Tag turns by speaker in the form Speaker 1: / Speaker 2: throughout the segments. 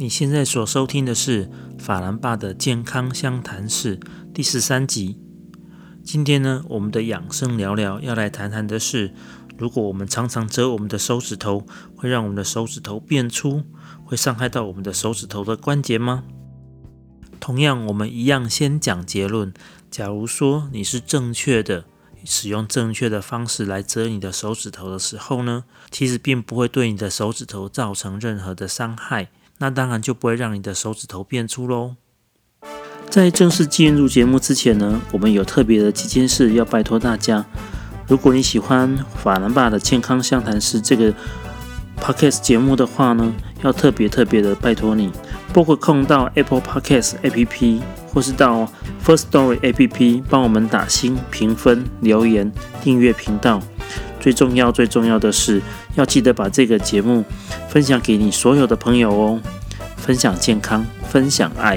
Speaker 1: 你现在所收听的是法兰爸的健康相谈室第13集。今天呢，我们的养生聊聊要来谈谈的是，如果我们常常折我们的手指头，会让我们的手指头变粗，会伤害到我们的手指头的关节吗？同样，我们一样先讲结论。假如说你是正确的，使用正确的方式来折你的手指头的时候呢，其实并不会对你的手指头造成任何的伤害，那当然就不会让你的手指头变粗咯。在正式进入节目之前呢，我们有特别的几件事要拜托大家。如果你喜欢法兰爸的健康相谈室这个 podcast 节目的话呢，要特别的拜托你，拨个空到 Apple Podcast APP 或是到 First Story APP 帮我们打星、评分、留言、订阅频道。最重要的是，要记得把这个节目分享给你所有的朋友哦。分享健康，分享爱。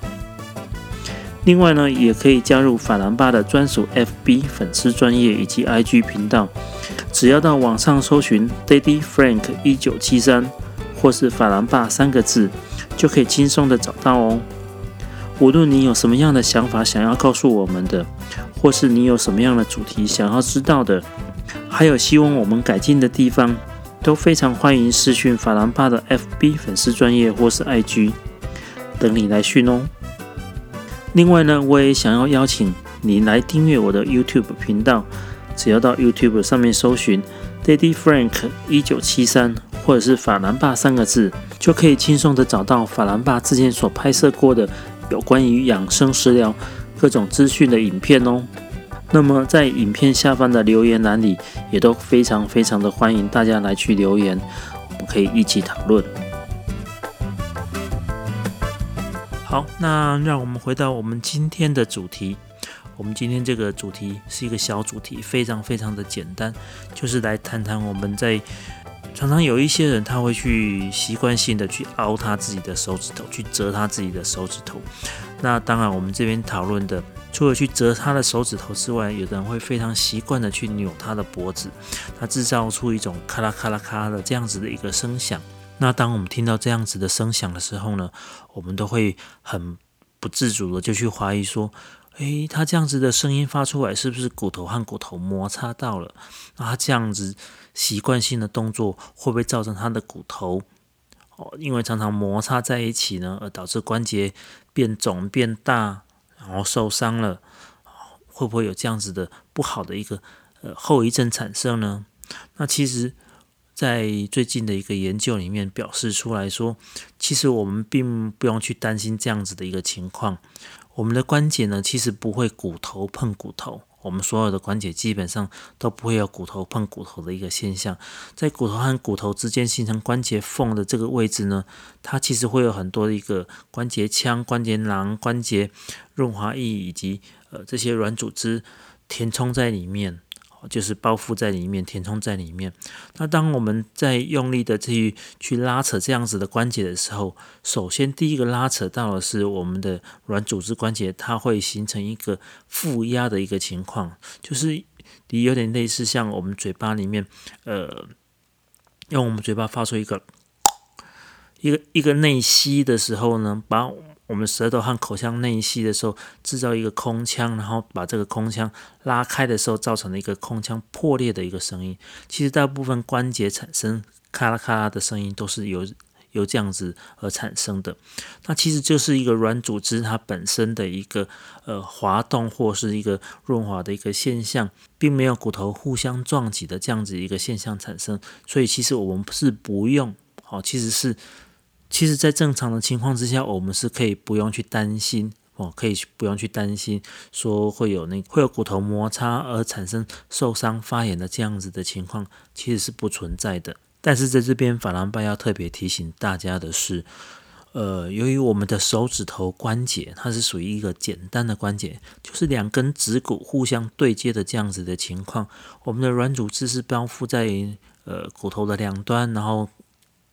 Speaker 1: 另外呢，也可以加入法兰爸的专属 FB 粉丝专页以及 IG 频道，只要到网上搜寻 Daddy Frank 1973或是法兰爸3个字，就可以轻松的找到哦。无论你有什么样的想法想要告诉我们的，或是你有什么样的主题想要知道的，还有希望我们改进的地方，都非常欢迎私讯法兰爸的 FB 粉丝专页或是 IG， 等你来讯哦。另外呢，我也想要邀请你来订阅我的 YouTube 频道，只要到 YouTube 上面搜寻 Daddy Frank 1973或者是法兰爸3个字，就可以轻松的找到法兰爸之前所拍摄过的有关于养生食疗各种资讯的影片哦。那么在影片下方的留言栏里，也都非常的欢迎大家来去留言，我们可以一起讨论。好，那让我们回到我们今天的主题。我们今天这个主题是一个小主题，非常的简单，就是来谈谈我们在常常有一些人他会去习惯性的去凹他自己的手指头，去折他自己的手指头。那当然我们这边讨论的，除了去折他的手指头之外，有的人会非常习惯的去扭他的脖子，他制造出一种咔啦咔啦咔的这样子的一个声响。那当我们听到这样子的声响的时候呢，我们都会很不自主的就去怀疑说，他这样子的声音发出来，是不是骨头和骨头摩擦到了？那他这样子习惯性的动作，会不会造成他的骨头因为常常摩擦在一起呢，而导致关节变肿变大，然后受伤了？会不会有这样子的不好的一个后遗症产生呢？那其实在最近的一个研究里面表示出来说，其实我们并不用去担心这样子的一个情况。我们的关节呢，其实不会骨头碰骨头，我们所有的关节基本上都不会有骨头碰骨头的一个现象。在骨头和骨头之间形成关节缝的这个位置呢，它其实会有很多的一个关节腔、关节囊、关节润滑液以及这些软组织填充在里面，就是包覆在里面，填充在里面。那当我们在用力的去拉扯这样子的关节的时候，首先第一个拉扯到的是我们的软组织关节，它会形成一个负压的一个情况，就是有点类似像我们嘴巴里面用我们嘴巴发出一个内吸的时候呢，把我们舌头和口腔内吸的时候，制造一个空腔，然后把这个空腔拉开的时候，造成了一个空腔破裂的一个声音。其实大部分关节产生咔啦咔啦的声音，都是由这样子而产生的。那其实就是一个软组织它本身的一个滑动或是一个润滑的一个现象，并没有骨头互相撞击的这样子一个现象产生。所以其实我们是不用其实在正常的情况之下，我们是可以不用去担心说会有骨头摩擦而产生受伤发炎的这样子的情况，其实是不存在的。但是在这边法兰爸要特别提醒大家的是，由于我们的手指头关节它是属于一个简单的关节，就是2根指骨互相对接的这样子的情况，我们的软组织是包覆在骨头的2端，然后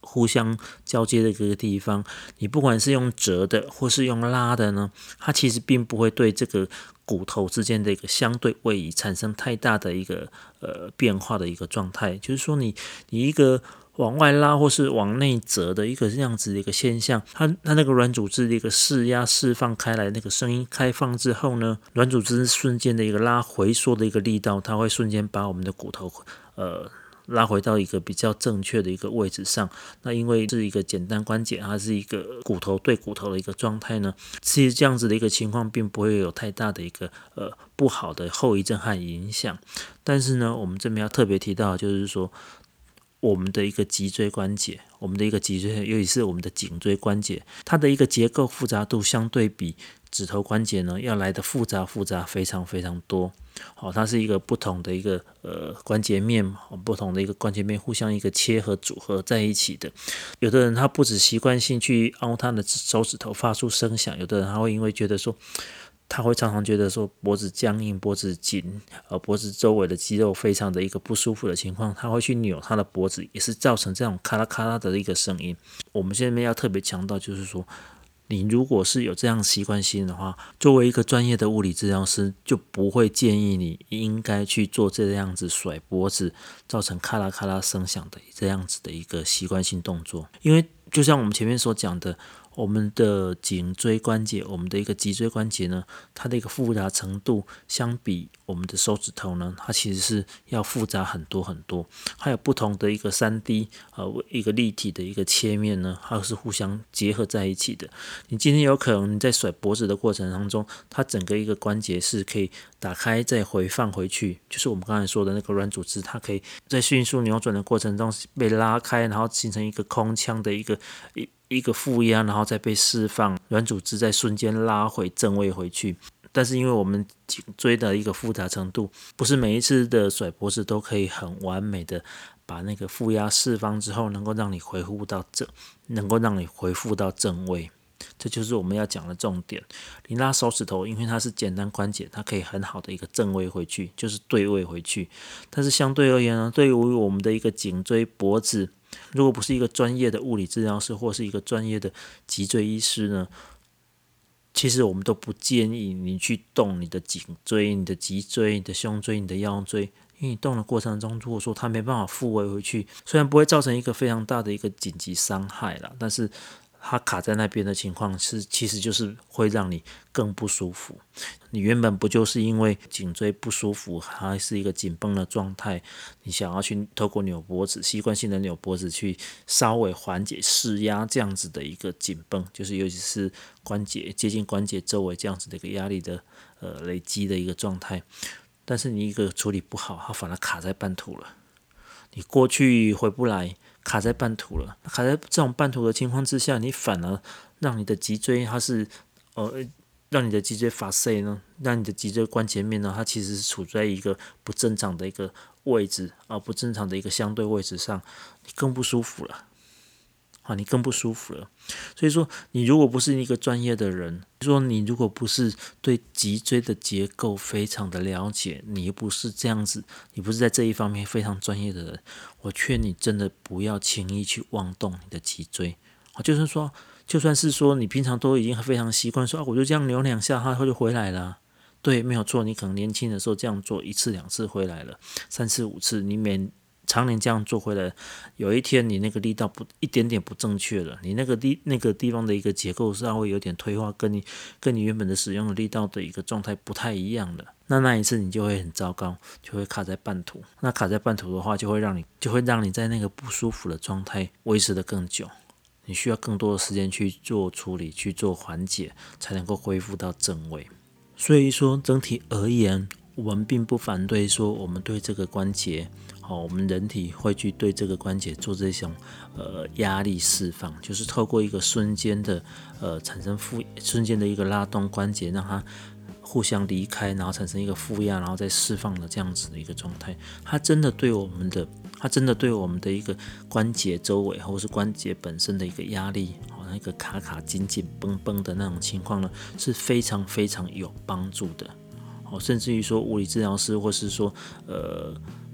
Speaker 1: 互相交接的这个地方，你不管是用折的或是用拉的呢，它其实并不会对这个骨头之间的一个相对位移产生太大的一个变化的一个状态。就是说你一个往外拉或是往内折的一个这样子的一个现象，它那个软组织的一个释压释放开来，那个声音开放之后呢，软组织瞬间的一个拉回缩的一个力道，它会瞬间把我们的骨头拉回到一个比较正确的一个位置上。那因为是一个简单关节，它是一个骨头对骨头的一个状态呢，其实这样子的一个情况并不会有太大的一个不好的后遗症和影响。但是呢，我们这边要特别提到，就是说我们的一个脊椎关节，我们的一个脊椎，尤其是我们的颈椎关节，它的一个结构复杂度相对比指头关节呢要来的复杂非常非常多。它是一个不同的一个关节面，不同的一个关节面互相一个切合组合在一起的。有的人他不只习惯性去凹他的手指头发出声响，有的人他会因为觉得说，他会常常觉得说脖子僵硬、脖子紧，脖子周围的肌肉非常的一个不舒服的情况，他会去扭他的脖子，也是造成这种咔啦咔啦的一个声音。我们现在要特别强调，就是说，你如果是有这样习惯性的话，作为一个专业的物理治疗师，就不会建议你应该去做这样子甩脖子，造成咔啦咔啦声响的这样子的一个习惯性动作。因为就像我们前面所讲的，我们的颈椎关节，我们的一个脊椎关节呢，它的一个复杂程度相比我们的手指头呢，它其实是要复杂很多很多。还有不同的一个3D 一个立体的一个切面呢，它是互相结合在一起的。你今天有可能你在甩脖子的过程当中，它整个一个关节是可以打开再回放回去，就是我们刚才说的那个软组织，它可以在迅速扭转的过程中被拉开，然后形成一个空腔的一个负压，然后再被释放，软组织在瞬间拉回正位回去。但是因为我们颈椎的一个复杂程度，不是每一次的甩脖子都可以很完美的把那个负压释放之后，能够让你恢复到正位。这就是我们要讲的重点。你拉手指头，因为它是简单关节，它可以很好的一个正位回去，就是对位回去。但是相对而言呢，对于我们的一个颈椎脖子，如果不是一个专业的物理治疗师或是一个专业的脊椎医师呢，其实我们都不建议你去动你的颈椎、你的脊椎、你的胸椎、你的腰椎，因为你动的过程中，如果说它没办法复位回去，虽然不会造成一个非常大的一个紧急伤害啦，但是它卡在那边的情况其实就是会让你更不舒服。你原本不就是因为颈椎不舒服，还是一个紧绷的状态，你想要去透过扭脖子，习惯性的扭脖子去稍微缓解释压这样子的一个紧绷，就是尤其是关节接近关节周围这样子的一个压力的累积的一个状态。但是你一个处理不好，它反而卡在半途了，你过去回不来，卡在半途了。卡在这种半途的情况之下，你反而让你的脊椎它是让你的脊椎发塞呢，让你的脊椎关节面呢，它其实是处在一个不正常的一个位置不正常的一个相对位置上，你更不舒服了。你更不舒服了。所以说，你如果不是一个专业的人，说你如果不是对脊椎的结构非常的了解，你又不是这样子，你不是在这一方面非常专业的人，我劝你真的不要轻易去妄动你的脊椎。就算是说你平常都已经非常习惯说我就这样扭2下，它就回来了。对，没有错，你可能年轻的时候这样做1次2次回来了，3次5次，你常年这样做回来，有一天你那个力道一点点不正确了，你那个地方的一个结构上会有点退化，跟你原本的使用的力道的一个状态不太一样了。那一次你就会很糟糕，就会卡在半途。那卡在半途的话，就会让你在那个不舒服的状态维持得更久。你需要更多的时间去做处理，去做缓解，才能够恢复到正位。所以说，整体而言，我们并不反对说我们对这个关节，我们人体会去对这个关节做这种压力释放，就是透过一个瞬间的产生瞬间的一个拉动关节，让它互相离开，然后产生一个负压，然后再释放的这样子的一个状态。它真的对我们的一个关节周围或是关节本身的一个压力，那个卡卡紧紧绷绷的那种情况呢，是非常非常有帮助的。甚至于说物理治疗师或是说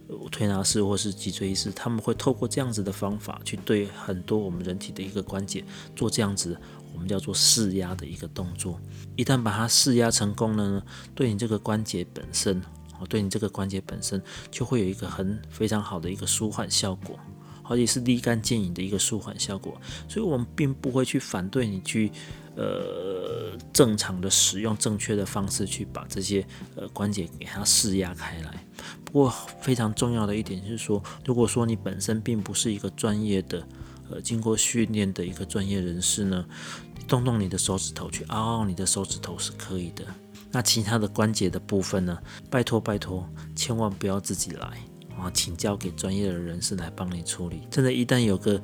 Speaker 1: 推拿师或是脊椎医师，他们会透过这样子的方法去对很多我们人体的一个关节做这样子我们叫做释压的一个动作。一旦把它释压成功了呢，对你这个关节本身就会有一个非常好的一个舒缓效果，而且是立竿见影的一个舒缓效果。所以我们并不会去反对你去正常的使用正确的方式去把这些关节给它释压开来。不过非常重要的一点是说，如果说你本身并不是一个专业的经过训练的一个专业人士呢，动动你的手指头去凹你的手指头是可以的。那其他的关节的部分呢，拜托千万不要自己来请交给专业的人士来帮你处理。真的，一旦有个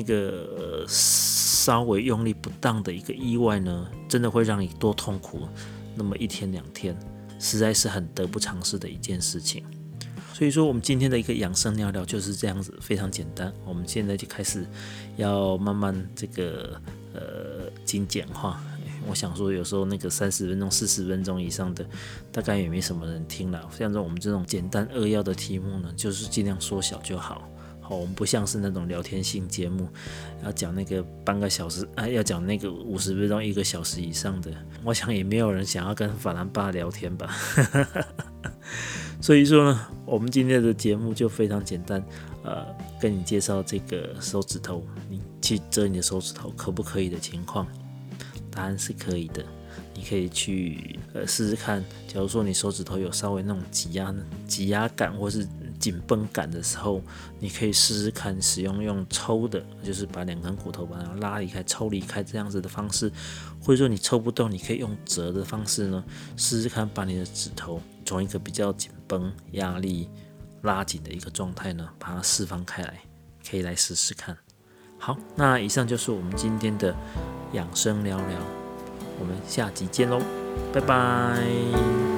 Speaker 1: 稍微用力不当的一个意外呢，真的会让你多痛苦那么1天2天，实在是很得不偿失的一件事情。所以说我们今天的一个养生聊聊就是这样子，非常简单。我们现在就开始要慢慢这个精简化。我想说有时候那个30分钟40分钟以上的大概也没什么人听了，像我们这种简单扼要的题目呢，就是尽量缩小就好。我们不像是那种聊天性节目，要讲那个半个小时要讲那个50分钟1个小时以上的，我想也没有人想要跟法兰爸聊天吧。所以说呢，我们今天的节目就非常简单，跟你介绍这个手指头，你去遮你的手指头可不可以的情况。答案是可以的，你可以去试试看。假如说你手指头有稍微那种挤压感或是紧绷感的时候，你可以试试看使用抽的，就是把2根骨头把它拉离开、抽离开这样子的方式，或者说你抽不动，你可以用折的方式呢，试试看把你的指头从一个比较紧绷、压力拉紧的一个状态呢，把它释放开来，可以来试试看。好，那以上就是我们今天的养生聊聊，我们下集见喽，拜拜。